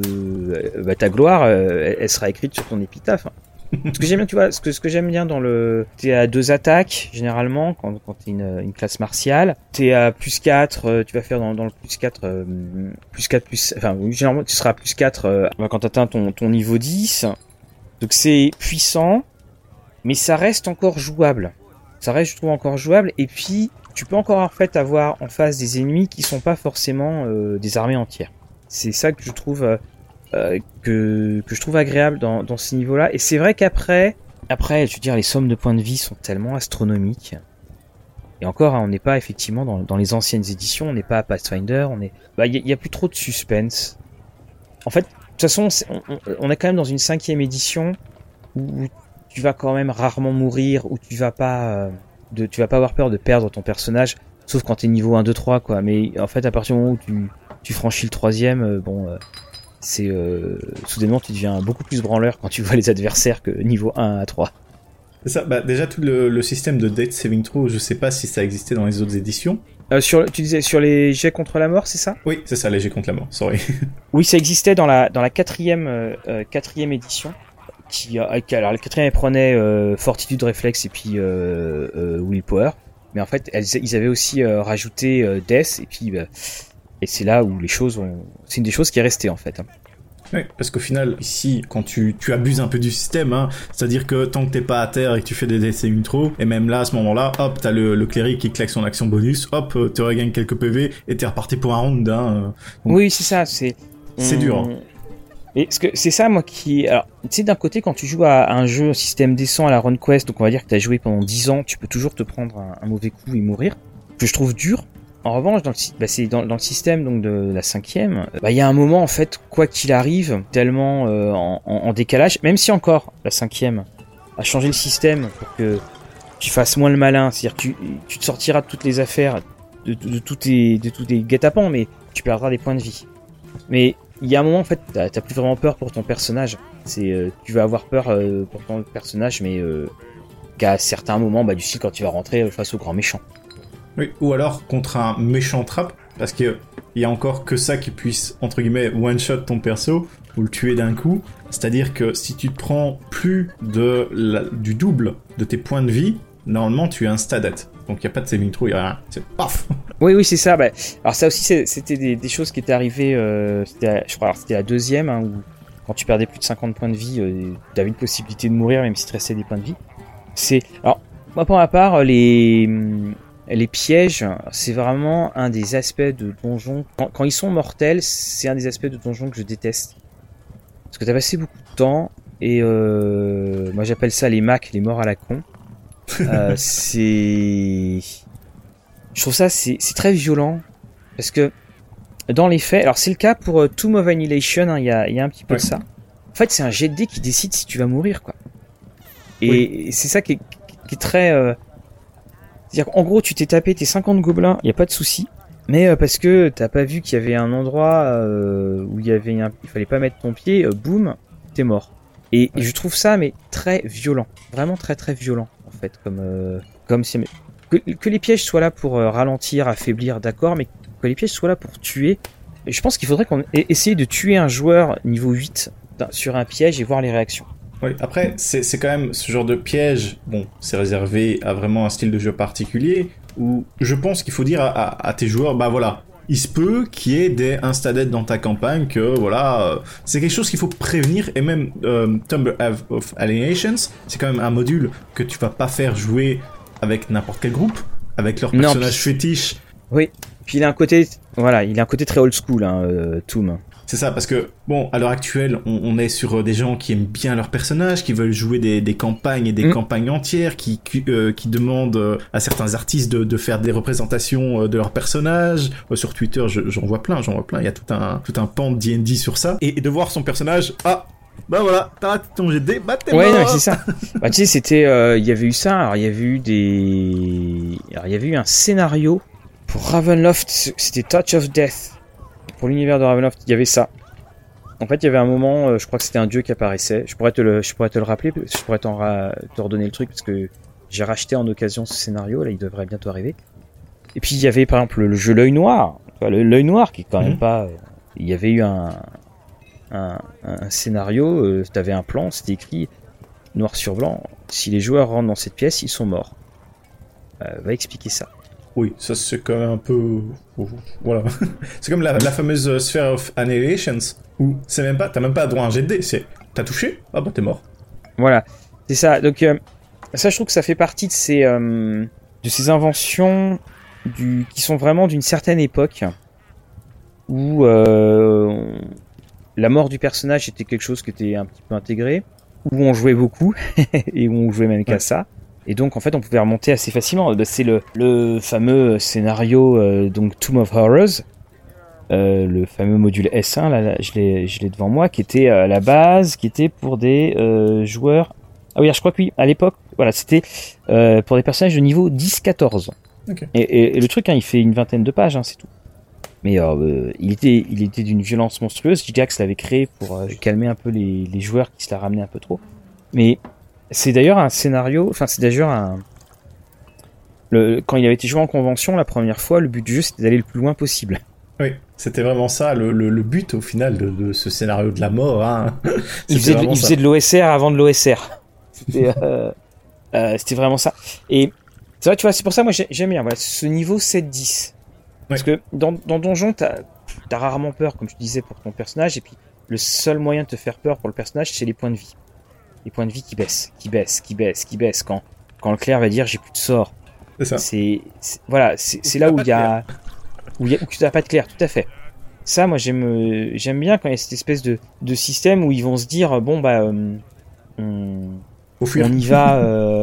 ta gloire, elle sera écrite sur ton épitaphe. Ce que j'aime bien, tu vois, ce que j'aime bien t'es à 2 attaques, généralement, quand t'es une classe martiale. T'es à plus 4, tu vas faire dans le plus 4, généralement, tu seras à plus 4, quand t'atteins ton niveau 10. Donc c'est puissant, mais ça reste encore jouable. Ça reste, je trouve, encore jouable. Et puis, tu peux encore en fait avoir en face des ennemis qui sont pas forcément des armées entières. C'est ça que je trouve que je trouve agréable dans ce niveau-là. Et c'est vrai qu'après, je veux dire, les sommes de points de vie sont tellement astronomiques. Et encore, hein, on n'est pas effectivement dans les anciennes éditions. On n'est pas à Pathfinder. Y a plus trop de suspense. En fait, de toute façon, on est quand même dans une 5e édition où tu vas quand même rarement mourir, où tu vas pas avoir peur de perdre ton personnage, sauf quand t'es niveau 1, 2, 3, quoi. Mais en fait, à partir du moment où tu franchis le 3e, c'est soudainement tu deviens beaucoup plus branleur quand tu vois les adversaires que niveau 1 à 3. C'est ça, déjà tout le système de Death Saving Throw, je sais pas si ça existait dans les autres éditions. Tu disais sur les jets contre la mort, c'est ça ? Oui, c'est ça, les jets contre la mort, sorry. Oui, ça existait dans la 4e édition. Alors la 4e elle prenait fortitude, réflexe et puis willpower, mais en fait ils avaient aussi rajouté death, et puis et c'est là où c'est une des choses qui est restée en fait. Oui, parce qu'au final, ici, quand tu abuses un peu du système, hein, c'est-à-dire que tant que t'es pas à terre et que tu fais des Death Saving Throw, et même là, à ce moment-là, hop, t'as le cléric qui claque son action bonus, hop, tu regagnes quelques PV, et t'es reparti pour un round, hein. Donc, oui, c'est ça, c'est dur. Hein. Et c'est ça, moi, alors, tu sais, d'un côté, quand tu joues à un jeu système décent à la RunQuest, donc on va dire que t'as joué pendant 10 ans, tu peux toujours te prendre un mauvais coup et mourir, que je trouve dur. En revanche, c'est dans le système donc de la 5e, il y a un moment, en fait, quoi qu'il arrive, tellement en décalage, même si encore la 5e a changé le système pour que tu fasses moins le malin, c'est-à-dire que tu te sortiras de toutes les affaires, de tous tes guet-apens, mais tu perdras des points de vie. Mais il y a un moment, en fait, t'as plus vraiment peur pour ton personnage. Tu vas avoir peur pour ton personnage, mais qu'à certains moments, du style quand tu vas rentrer face au grand méchant. Oui, ou alors contre un méchant trap, parce que il y a encore que ça qui puisse, entre guillemets, one-shot ton perso, ou le tuer d'un coup. C'est-à-dire que si tu te prends plus du double de tes points de vie, normalement tu es insta-death. Donc il n'y a pas de saving throw, il n'y a rien. C'est paf. Oui, c'est ça. Bah, alors ça aussi, c'était des choses qui étaient arrivées, je crois, alors c'était la deuxième, hein, où quand tu perdais plus de 50 points de vie, tu avais une possibilité de mourir, même si tu restais des points de vie. Alors, moi pour ma part, les pièges, c'est vraiment un des aspects de donjon. Quand ils sont mortels, c'est un des aspects de donjon que je déteste. Parce que t'as passé beaucoup de temps, et moi j'appelle ça les Macs, les morts à la con. Je trouve ça, c'est très violent. Parce que, dans les faits, alors c'est le cas pour Tomb of Annihilation, hein, il y a un petit peu de ça. En fait, c'est un jet de dés qui décide si tu vas mourir, quoi. Et c'est ça qui est très... C'est-à-dire qu'en gros, tu t'es tapé tes 50 gobelins, il n'y a pas de souci. Mais parce que t'as pas vu qu'il y avait un endroit où il fallait pas mettre ton pied, boum, t'es mort. Et je trouve ça, mais très violent. Vraiment très très violent, en fait. Comme si... Que les pièges soient là pour ralentir, affaiblir, d'accord, mais que les pièges soient là pour tuer. Et je pense qu'il faudrait qu'on essaye de tuer un joueur niveau 8 sur un piège et voir les réactions. Oui, après, c'est quand même ce genre de piège, bon, c'est réservé à vraiment un style de jeu particulier, où je pense qu'il faut dire à tes joueurs, bah voilà, il se peut qu'il y ait des insta-deaths dans ta campagne, que voilà, c'est quelque chose qu'il faut prévenir, et même Tomb of Annihilation, c'est quand même un module que tu vas pas faire jouer avec n'importe quel groupe, avec leur personnage fétiche. Oui, puis il a un côté très old school, hein, Tomb. C'est ça, parce que, bon, à l'heure actuelle, on est sur des gens qui aiment bien leurs personnages, qui veulent jouer des campagnes et des campagnes entières, qui demandent à certains artistes de faire des représentations de leurs personnages. Sur Twitter, j'en vois plein. Il y a tout un pan de D&D sur ça. Et de voir son personnage, bah voilà, t'as raté ton GD, bah t'es mort. Ouais, non, c'est ça. Bah, tu sais, c'était, il y avait eu ça, alors il y avait eu un scénario pour Ravenloft, c'était Touch of Death. Pour l'univers de Ravenloft, il y avait ça. En fait, il y avait un moment, je crois que c'était un dieu qui apparaissait. Je pourrais te le rappeler, je pourrais te redonner le truc parce que j'ai racheté en occasion ce scénario. Là, il devrait bientôt arriver. Et puis il y avait par exemple le jeu L'œil noir. L'œil noir qui est quand même pas. Il y avait eu un scénario. T'avais un plan, c'était écrit noir sur blanc. Si les joueurs rentrent dans cette pièce, ils sont morts. Va expliquer ça. Oui, ça c'est quand même un peu... Voilà. C'est comme la fameuse Sphere of Annihilations, où t'as même pas droit à un jet de dés, t'as touché, bah t'es mort. Voilà, c'est ça. Donc ça, je trouve que ça fait partie de ces inventions qui sont vraiment d'une certaine époque, où la mort du personnage était quelque chose qui était un petit peu intégré, où on jouait beaucoup, et où on jouait même qu'à ça. Et donc en fait on pouvait remonter assez facilement. C'est le fameux scénario donc Tomb of Horrors, le fameux module S1 là je l'ai devant moi, qui était à la base, qui était pour des joueurs. Ah oui, je crois que oui, à l'époque, voilà, c'était pour des personnages de niveau 10-14. Okay. Et le truc, hein, il fait une vingtaine de pages, hein, c'est tout. Mais il était d'une violence monstrueuse. Gygax l'avait créé pour calmer un peu les joueurs qui se la ramenaient un peu trop. Mais c'est d'ailleurs un scénario, enfin c'est d'ailleurs quand il avait été joué en convention la première fois, le but du jeu c'était d'aller le plus loin possible. Oui, c'était vraiment ça, le but au final de ce scénario de la mort. Hein. Il faisait de l'OSR avant de l'OSR. C'était vraiment ça. Et c'est vrai, tu vois, c'est pour ça moi j'aime bien voilà, ce niveau 7-10. Parce que dans Donjon, t'as rarement peur, comme je disais, pour ton personnage, et puis le seul moyen de te faire peur pour le personnage, c'est les points de vie. Les points de vie qui baissent. Quand le clerc va dire j'ai plus de sort. C'est ça. C'est là où il y a où tu n'as pas de clair, tout à fait. Ça, moi j'aime bien quand il y a cette espèce de système où ils vont se dire bon bah on y va,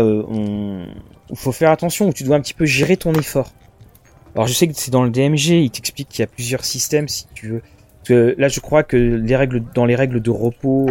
il faut faire attention, où tu dois un petit peu gérer ton effort. Alors je sais que c'est dans le DMG, il t'explique qu'il y a plusieurs systèmes si tu veux. Parce que là je crois que dans les règles de repos,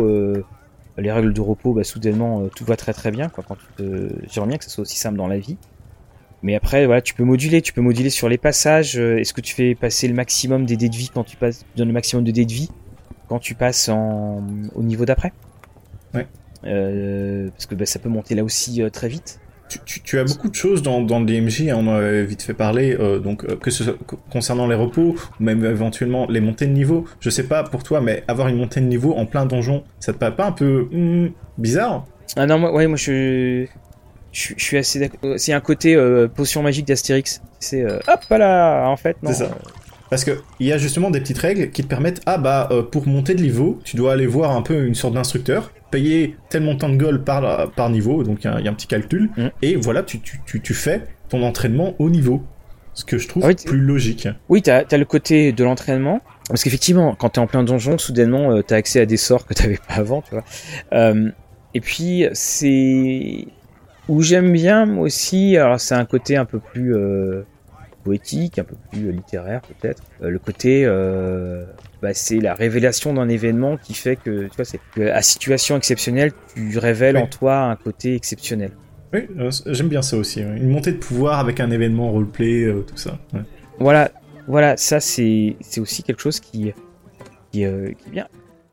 bah, soudainement tout va très très bien quoi. J'aimerais bien que ça soit aussi simple dans la vie. Mais après voilà, tu peux moduler sur les passages. Est-ce que tu fais passer le maximum des dés de vie quand tu donnes le maximum de dés de vie quand tu passes au niveau d'après? Ouais. Parce que bah, ça peut monter là aussi très vite. Tu as beaucoup de choses dans le DMJ, on en avait vite fait parler, que ce soit concernant les repos, ou même éventuellement les montées de niveau. Je sais pas pour toi, mais avoir une montée de niveau en plein donjon, ça te paraît pas un peu bizarre? Ah non, moi tu je suis assez d'accord. C'est un côté potion magique d'Astérix. C'est hop là, en fait non. C'est ça. Parce que il y a justement des petites règles qui te permettent pour monter de niveau, tu dois aller voir un peu une sorte d'instructeur, payer tel montant de gold par niveau, donc il y a un petit calcul, et voilà, tu fais ton entraînement au niveau. Ce que je trouve plus logique. Oui, t'as le côté de l'entraînement, parce qu'effectivement, quand t'es en plein donjon, soudainement, t'as accès à des sorts que t'avais pas avant, tu vois. Et puis, c'est où j'aime bien moi aussi. Alors, c'est un côté un peu plus poétique, un peu plus littéraire peut-être. Le côté, c'est la révélation d'un événement qui fait que, tu vois, c'est à situation exceptionnelle, tu révèles en toi un côté exceptionnel. Oui, j'aime bien ça aussi. Ouais. Une montée de pouvoir avec un événement roleplay, tout ça. Ouais. Voilà, ça c'est aussi quelque chose qui est bien.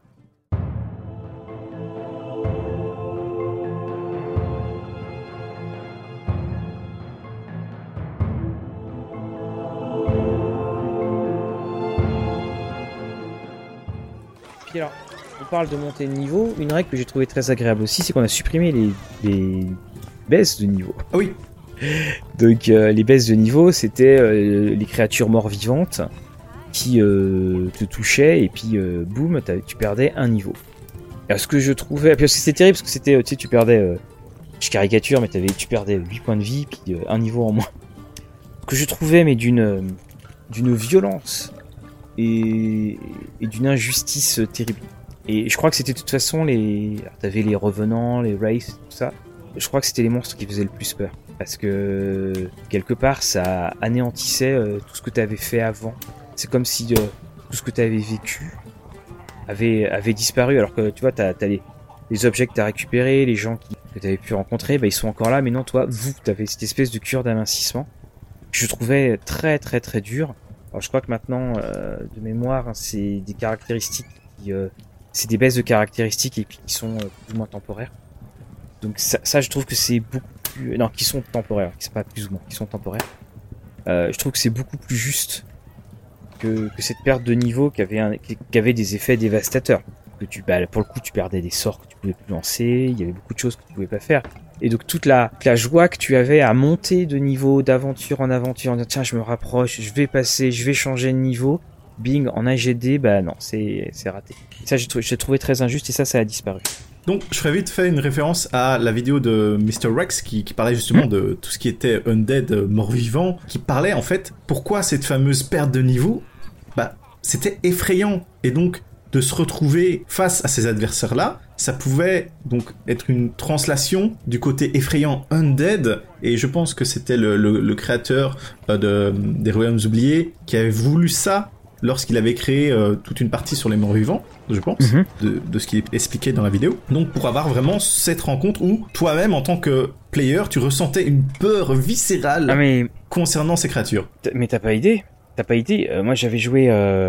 Puis alors, on parle de montée de niveau. Une règle que j'ai trouvée très agréable aussi, c'est qu'on a supprimé les baisses de niveau. Ah oui. Donc les baisses de niveau, c'était les créatures morts-vivantes qui te touchaient et puis boum, tu perdais un niveau. Alors ce que je trouvais, parce que c'était terrible, parce que c'était, tu perdais, je caricature, mais tu perdais 8 points de vie puis un niveau en moins. Que je trouvais mais d'une violence et d'une injustice terrible. Et je crois que c'était de toute façon t'avais les revenants, les wraiths, tout ça. Je crois que c'était les monstres qui faisaient le plus peur. Parce que, quelque part, ça anéantissait tout ce que tu avais fait avant. C'est comme si tout ce que tu avais vécu avait disparu. Alors que, tu vois, t'as les objets que tu as récupérés, les gens que tu avais pu rencontrer, ils sont encore là. Mais non, toi, tu avais cette espèce de cure d'amincissement que je trouvais très, très, très dur. Alors, je crois que maintenant, de mémoire, c'est des caractéristiques c'est des baisses de caractéristiques et puis qui sont plus ou moins temporaires. Donc ça je trouve que c'est beaucoup plus... Non, qui sont temporaires, qui sont pas plus ou moins, qui sont temporaires. Je trouve que c'est beaucoup plus juste que cette perte de niveau qui avait des effets dévastateurs. Que pour le coup, tu perdais des sorts que tu pouvais plus lancer, il y avait beaucoup de choses que tu pouvais pas faire. Et donc toute la joie que tu avais à monter de niveau d'aventure en aventure, en disant tiens, je me rapproche, je vais changer de niveau. Bing, en AGD, non, c'est raté. Et ça, j'ai trouvé très injuste et ça a disparu. Donc, je ferais vite fait une référence à la vidéo de Mr. Rex qui parlait justement de tout ce qui était undead, mort-vivant, qui parlait en fait pourquoi cette fameuse perte de niveau, c'était effrayant. Et donc, de se retrouver face à ces adversaires-là, ça pouvait donc être une translation du côté effrayant undead, et je pense que c'était le créateur des Royaumes Oubliés qui avait voulu ça lorsqu'il avait créé toute une partie sur les morts-vivants, je pense, de ce qu'il expliquait dans la vidéo. Donc pour avoir vraiment cette rencontre où toi-même, en tant que player, tu ressentais une peur viscérale concernant ces créatures. Mais t'as pas idée. Moi j'avais joué...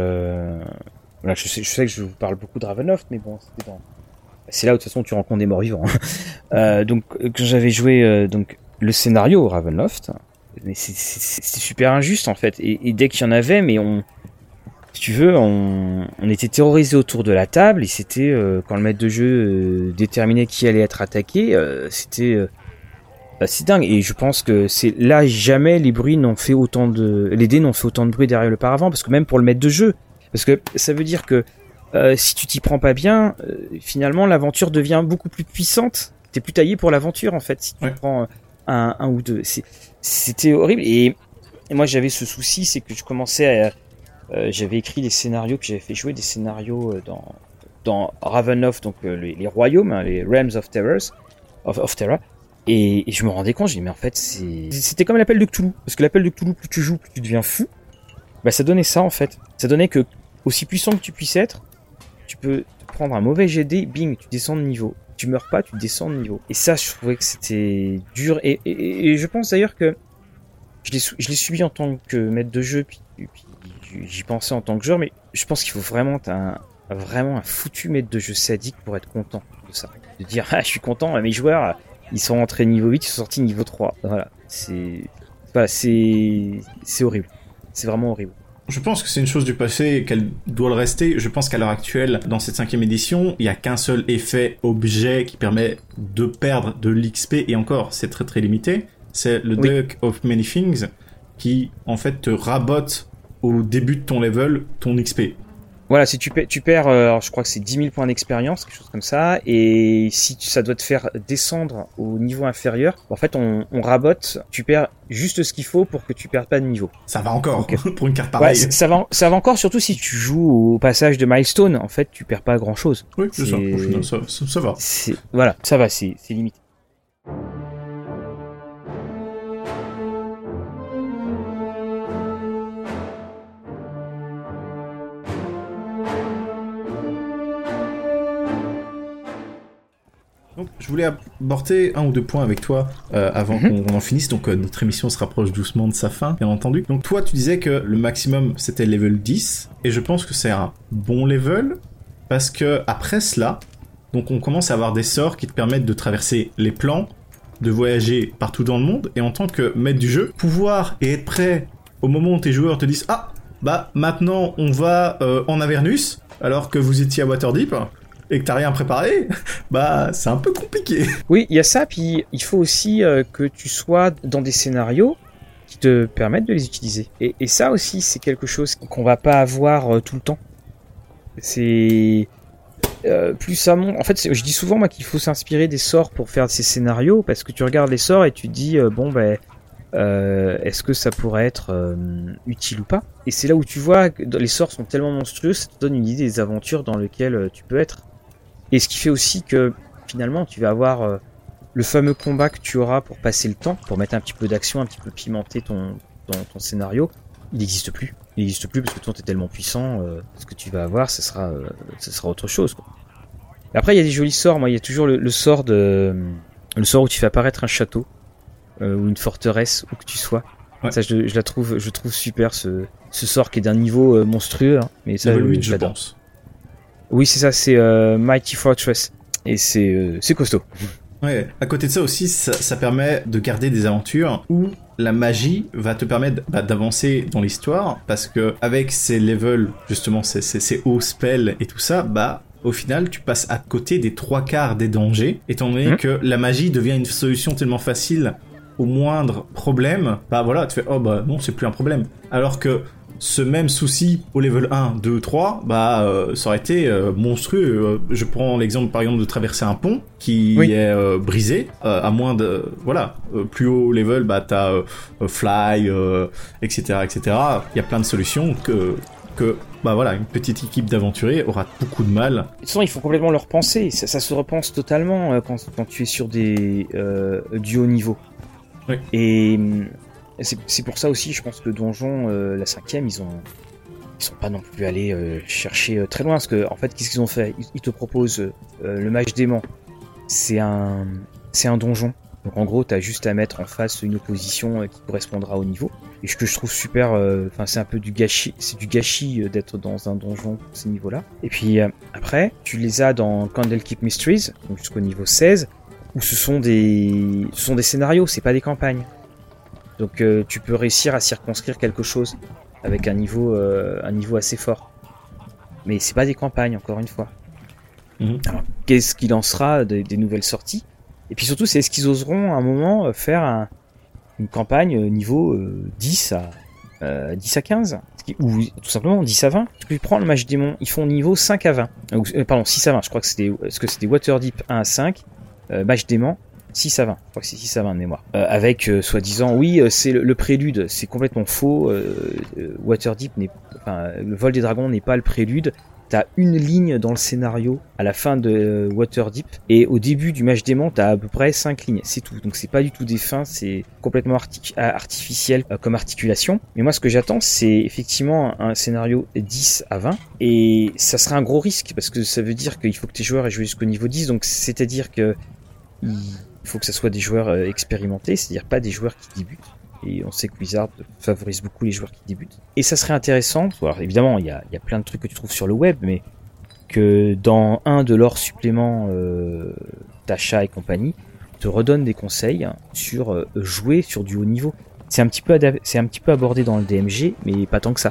Voilà, je sais que je vous parle beaucoup de Ravenloft, mais bon, c'est là où de toute façon tu rencontres des morts-vivants. Donc quand j'avais joué le scénario Ravenloft, mais c'est super injuste en fait. Et dès qu'il y en avait, mais si tu veux, on était terrorisés autour de la table et c'était quand le maître de jeu déterminait qui allait être attaqué, c'était c'est dingue. Et je pense que c'est là jamais les dés n'ont fait autant de bruit derrière le paravent, parce que même pour le maître de jeu, parce que ça veut dire que si tu t'y prends pas bien, finalement l'aventure devient beaucoup plus puissante. T'es plus taillé pour l'aventure en fait si tu prends un ou deux. C'était horrible. Et moi j'avais ce souci, c'est que je commençais à j'avais écrit des scénarios, puis j'avais fait jouer des scénarios dans Ravenloft, donc les royaumes, les Realms of Terror, et je me rendais compte, je dis mais en fait c'était comme l'appel de Cthulhu, parce que l'appel de Cthulhu, plus tu joues, plus tu deviens fou. Ça donnait ça en fait, ça donnait que aussi puissant que tu puisses être, tu peux prendre un mauvais GD, bing, tu descends de niveau, tu meurs pas, tu descends de niveau. Et ça, je trouvais que c'était dur, et je pense d'ailleurs que je l'ai subi en tant que maître de jeu, puis j'y pensais en tant que joueur, mais je pense qu'il faut vraiment un foutu maître de jeu sadique pour être content de ça. De dire, je suis content, mes joueurs, ils sont rentrés niveau 8, ils sont sortis niveau 3. Voilà, c'est horrible. C'est vraiment horrible. Je pense que c'est une chose du passé et qu'elle doit le rester. Je pense qu'à l'heure actuelle, dans cette 5e édition, il y a qu'un seul effet objet qui permet de perdre de l'XP, et encore, c'est très très limité. C'est le Duck of Many Things qui, en fait, te rabote au début de ton level ton XP. Voilà, si tu perds, alors je crois que c'est 10 000 points d'expérience, quelque chose comme ça, et si ça doit te faire descendre au niveau inférieur, en fait on rabote, tu perds juste ce qu'il faut pour que tu perdes pas de niveau. Ça va encore, okay. Pour une carte pareille. Ouais, ça va encore, surtout si tu joues au passage de milestone, en fait tu perds pas grand chose. Oui, c'est ça, au final, ça va. Voilà, ça va, c'est limité. Donc, je voulais aborder 1 ou 2 points avec toi avant qu'on en finisse. Donc, notre émission se rapproche doucement de sa fin, bien entendu. Donc, toi, tu disais que le maximum, c'était level 10. Et je pense que c'est un bon level. Parce que après cela, donc on commence à avoir des sorts qui te permettent de traverser les plans, de voyager partout dans le monde. Et en tant que maître du jeu, pouvoir et être prêt au moment où tes joueurs te disent « Ah, bah maintenant, on va en Avernus, alors que vous étiez à Waterdeep ». Et que t'as rien préparé, bah c'est un peu compliqué. Oui, il y a ça, puis il faut aussi que tu sois dans des scénarios qui te permettent de les utiliser. Et ça aussi, c'est quelque chose qu'on va pas avoir tout le temps. C'est plus ça monte. En fait, je dis souvent moi qu'il faut s'inspirer des sorts pour faire ces scénarios, parce que tu regardes les sorts et tu te dis est-ce que ça pourrait être utile ou pas. Et c'est là où tu vois que les sorts sont tellement monstrueux, ça te donne une idée des aventures dans lesquelles tu peux être. Et ce qui fait aussi que finalement tu vas avoir le fameux combat que tu auras pour passer le temps, pour mettre un petit peu d'action, un petit peu pimenter ton scénario. Il n'existe plus. Il n'existe plus parce que toi t'es tellement puissant, ce que tu vas avoir, ce sera autre chose, quoi. Et après il y a des jolis sorts. Moi il y a toujours le sort où tu fais apparaître un château ou une forteresse où que tu sois. Ouais. Ça je trouve super ce sort qui est d'un niveau monstrueux, hein, mais ça je pense. Oui, c'est ça, c'est Mighty Fortress. Et c'est costaud. Ouais, à côté de ça aussi, ça permet de garder des aventures où la magie va te permettre d'avancer dans l'histoire, parce que avec ces levels, justement, ces hauts spells et tout ça, au final, tu passes à côté des 3/4 des dangers, étant donné que la magie devient une solution tellement facile au moindre problème, tu fais, non, c'est plus un problème. Alors que ce même souci au level 1, 2, 3, ça aurait été monstrueux. Je prends l'exemple par exemple de traverser un pont qui est brisé, à moins de... plus haut level, t'as fly, etc., etc. Il y a plein de solutions que une petite équipe d'aventuriers aura beaucoup de mal. De toute façon, il faut complètement le repenser. Ça se repense totalement quand tu es sur du haut niveau. Oui. Et... c'est pour ça aussi, je pense que Donjon, la 5e, ils sont pas non plus allés chercher très loin, parce que en fait, qu'est-ce qu'ils ont fait ? Ils te proposent le mage dément. C'est un donjon. Donc en gros, t'as juste à mettre en face une opposition qui correspondra au niveau. Et ce que je trouve super, c'est un peu du gâchis. C'est du gâchis d'être dans un donjon pour ces niveaux-là. Et puis après, tu les as dans Candlekeep Mysteries, donc jusqu'au niveau 16, où ce sont des scénarios, c'est pas des campagnes. Donc tu peux réussir à circonscrire quelque chose avec un niveau assez fort. Mais c'est pas des campagnes, encore une fois. Alors, qu'est-ce qu'il en sera des nouvelles sorties ? Et puis surtout, c'est est-ce qu'ils oseront à un moment faire une campagne niveau 10 à 15 ou tout simplement 10 à 20. Tu prends le mage démon, ils font niveau 5 à 20. Pardon, 6 à 20, je crois que c'était Waterdeep 1 à 5, mage démon 6 à 20, je crois que c'est 6 à 20 de mémoire. Avec soi-disant, c'est le prélude, c'est complètement faux. Waterdeep le vol des dragons n'est pas le prélude. T'as une ligne dans le scénario à la fin de Waterdeep, et au début du mage démon, t'as à peu près 5 lignes, c'est tout. Donc c'est pas du tout des fins, c'est complètement artificiel comme articulation. Mais moi, ce que j'attends, c'est effectivement un scénario 10 à 20, et ça sera un gros risque, parce que ça veut dire qu'il faut que tes joueurs aient joué jusqu'au niveau 10, donc c'est-à-dire que il faut que ça soit des joueurs expérimentés, c'est-à-dire pas des joueurs qui débutent. Et on sait que Wizard favorise beaucoup les joueurs qui débutent. Et ça serait intéressant, alors évidemment il y a plein de trucs que tu trouves sur le web, mais que dans un de leurs suppléments d'achat et compagnie, te redonne des conseils sur jouer sur du haut niveau. C'est un petit peu abordé dans le DMG, mais pas tant que ça.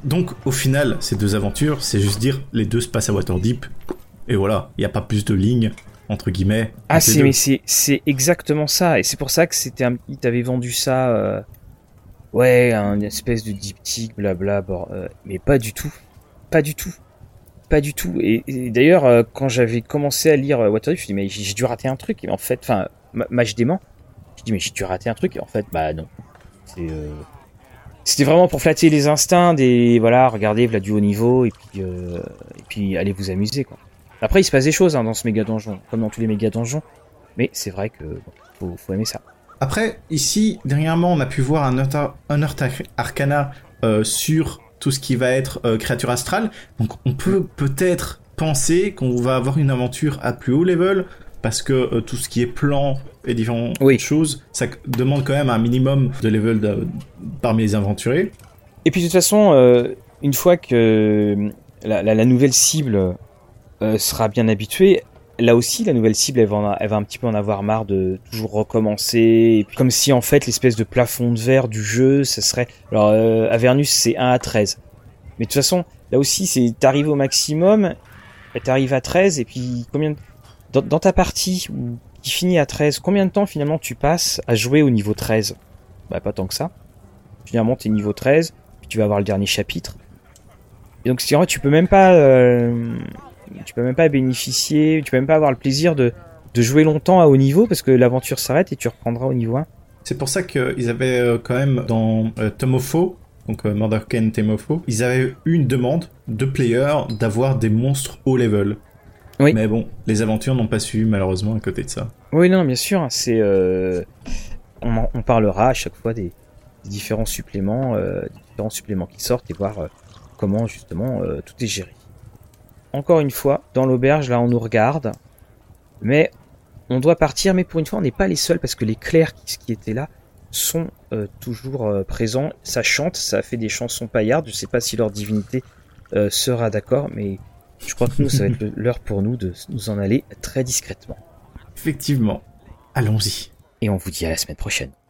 Donc, au final, ces 2 aventures, c'est juste dire, les 2 se passent à Waterdeep, et voilà, il n'y a pas plus de lignes, entre guillemets. Ah, c'est exactement ça, et c'est pour ça que il t'avait vendu ça, ouais, une espèce de diptyque, blabla, mais pas du tout, pas du tout. Pas du tout. Et d'ailleurs, quand j'avais commencé à lire Waterdeep, je me suis dit, mais j'ai dû rater un truc. Et en fait, enfin, je dément. Je dis, mais j'ai dû rater un truc. Et en fait, bah non. C'était vraiment pour flatter les instincts voilà, regardez, voilà du haut niveau. Et puis allez vous amuser, quoi. Après, il se passe des choses dans ce méga donjon, comme dans tous les méga donjons. Mais c'est vrai que faut aimer ça. Après, ici, dernièrement, on a pu voir un Unearthed Arcana sur tout ce qui va être créature astrale. Donc on peut peut-être penser qu'on va avoir une aventure à plus haut level, parce que tout ce qui est plan et différentes choses, ça demande quand même un minimum de level parmi les aventuriers. Et puis de toute façon, une fois que la nouvelle cible sera bien habituée, là aussi la nouvelle cible elle va un petit peu en avoir marre de toujours recommencer, et puis, comme si en fait l'espèce de plafond de verre du jeu, ça serait... Alors Avernus c'est 1 à 13, mais de toute façon là aussi t'arrives au maximum, t'arrives à 13, et puis dans ta partie qui finit à 13, combien de temps finalement tu passes à jouer au niveau 13? Bah pas tant que ça. Finalement t'es niveau 13, puis tu vas avoir le dernier chapitre, et donc c'est vrai, tu peux même pas bénéficier, tu peux même pas avoir le plaisir de jouer longtemps à haut niveau, parce que l'aventure s'arrête et tu reprendras au niveau 1. C'est pour ça qu'ils avaient quand même dans Tomofo, donc Mordorken Tomofo, ils avaient eu une demande de players d'avoir des monstres haut level. Oui. Mais bon, les aventures n'ont pas su malheureusement à côté de ça. Oui, non, bien sûr, c'est on parlera à chaque fois des différents suppléments qui sortent, et voir comment justement tout est géré. Encore une fois, dans l'auberge, là, on nous regarde, mais on doit partir. Mais pour une fois, on n'est pas les seuls, parce que les clercs qui étaient là sont toujours présents. Ça chante, ça fait des chansons paillardes. Je ne sais pas si leur divinité sera d'accord, mais je crois que nous, ça va être l'heure pour nous de nous en aller très discrètement. Effectivement. Allons-y. Et on vous dit à la semaine prochaine.